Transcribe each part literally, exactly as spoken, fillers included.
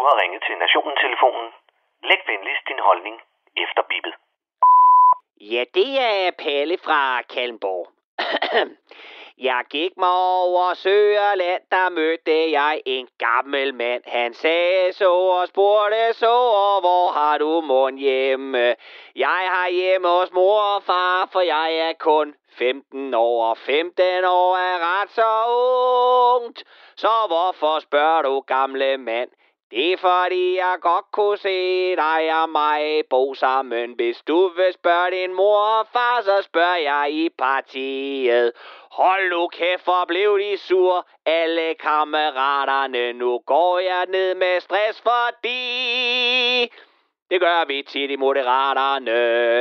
har ringet til Nationen-telefonen. Læg venligst din holdning efter bippet. Ja, det er Palle fra Kalmborg. Jeg gik mig over Søerland, der mødte jeg en gammel mand. Han sagde så og spurgte så, og hvor har du mund hjemme? Jeg har hjemme hos mor og far, for jeg er kun femten år, og femten år er ret så ungt. Så hvorfor spørger du, gamle mand? Det er fordi jeg godt kunne se dig og mig bo sammen. Hvis du vil spørge din mor og far, så spørger jeg i partiet. Hold nu kæft, hvor blev de sur, alle kammeraterne. Nu går jeg ned med stress, fordi det gør vi tit i Moderaterne.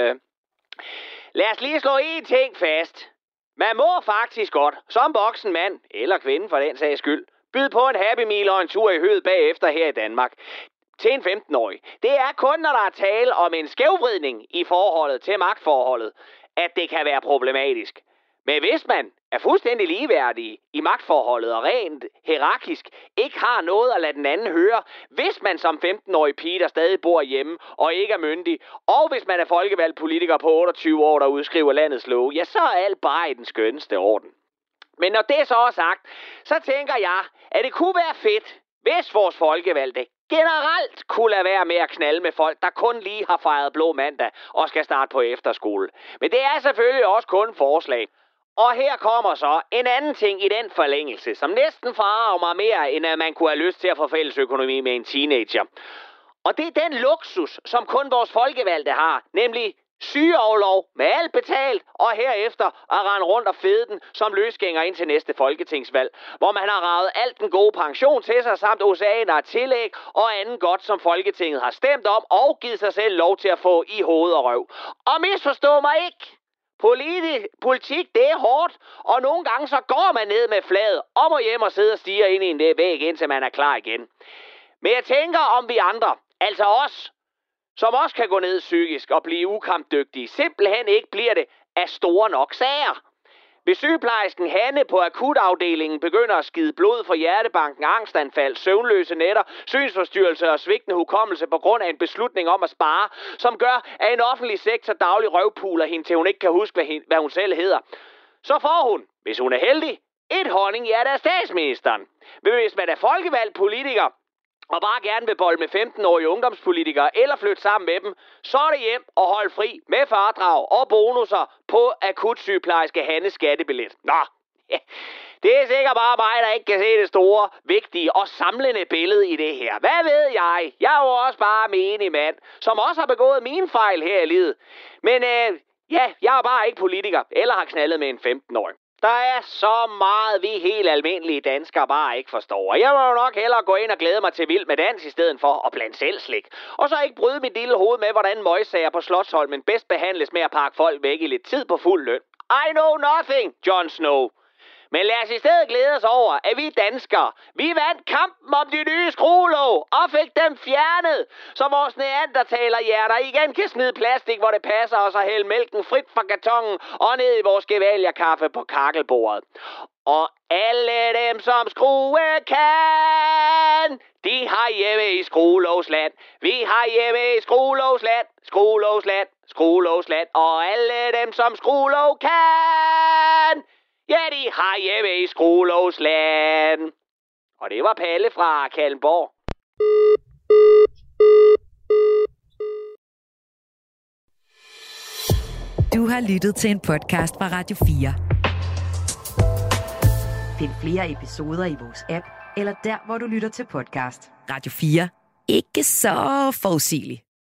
Lad os lige slå én ting fast. Man må faktisk godt, som voksen mand, eller kvinde for den sags skyld, byde på en Happy Meal og en tur i høet bagefter her i Danmark til en femten-årig. Det er kun, når der er tale om en skævvridning i forholdet til magtforholdet, at det kan være problematisk. Men hvis man er fuldstændig ligeværdig i magtforholdet og rent hierarkisk ikke har noget at lade den anden høre, hvis man som femten-årig pige, der stadig bor hjemme og ikke er myndig, og hvis man er folkevalgt politiker på otteogtyve år, der udskriver landets love, ja, så er alt bare i den skønneste orden. Men når det så er sagt, så tænker jeg, at det kunne være fedt, hvis vores folkevalgte generelt kunne lade være med at knalde med folk, der kun lige har fejret blå mandag og skal starte på efterskole. Men det er selvfølgelig også kun forslag. Og her kommer så en anden ting i den forlængelse, som næsten forarger mig mere, end at man kunne have lyst til at få fælles økonomi med en teenager. Og det er den luksus, som kun vores folkevalgte har, nemlig sygeorlov med alt betalt, og herefter at rende rundt og fede den som løsgænger ind til næste folketingsvalg, hvor man har ravet alt den gode pension til sig, samt oceaner af tillæg og anden godt, som Folketinget har stemt om, og givet sig selv lov til at få i hoved og røv. Og misforstå mig ikke! Politi- politik, det er hårdt, og nogle gange så går man ned med flaget, og må hjem og sidde og stige ind i en væg, indtil man er klar igen. Men jeg tænker om vi andre, altså os, som også kan gå ned psykisk og blive ukampdygtige, simpelthen ikke bliver det af store nok sager. Hvis sygeplejersken Hanne på akutafdelingen begynder at skide blod fra hjertebanken, angstanfald, søvnløse nætter, synsforstyrrelse og svigtende hukommelse på grund af en beslutning om at spare, som gør, at en offentlig sektor daglig røvpuler hende, til hun ikke kan huske, hvad, hende, hvad hun selv hedder, så får hun, hvis hun er heldig, et honninghjerte af statsministeren. Men hvis man er folkevalgt politiker, og bare gerne vil bolde med femten-årige ungdomspolitikere eller flytte sammen med dem, så er det hjem og holde fri med fradrag og bonusser på akutsygeplejerske Hannes skattebillet. Nå, ja, det er sikkert bare mig, der ikke kan se det store, vigtige og samlende billede i det her. Hvad ved jeg? Jeg er jo også bare menig mand, som også har begået mine fejl her i livet. Men øh, ja, jeg er bare ikke politiker eller har knaldet med en femten-årig. Der er så meget, vi helt almindelige danskere bare ikke forstår. Og jeg må jo nok hellere gå ind og glæde mig til Vild med Dans i stedet for at blande selv slik. Og så ikke bryde mit lille hoved med, hvordan møgsager på Slotsholmen bedst behandles med at pakke folk væk i lidt tid på fuld løn. I know nothing, Jon Snow. Men lad os i stedet glæde os over, at vi danskere, vi vandt kampen om de nye skruelåg og fik dem fjernet, så vores neandertalerhjerter igen kan smide plastik, hvor det passer os, og hælde mælken frit fra kartongen og ned i vores gevalierkaffe på kakkelbordet. Og alle dem, som skrue kan, de har hjemme i Skruelågsland. Vi har hjemme i Skruelågsland, Skruelågsland, Skruelågsland. Og alle dem, som Skruelåg kan, ja, de har hjemme i Skruelågsland. Og det var Palle fra Kalmborg. Du har lyttet til en podcast fra Radio fire. Find flere episoder i vores app, eller der, hvor du lytter til podcast. Radio fire. Ikke så forudsigeligt.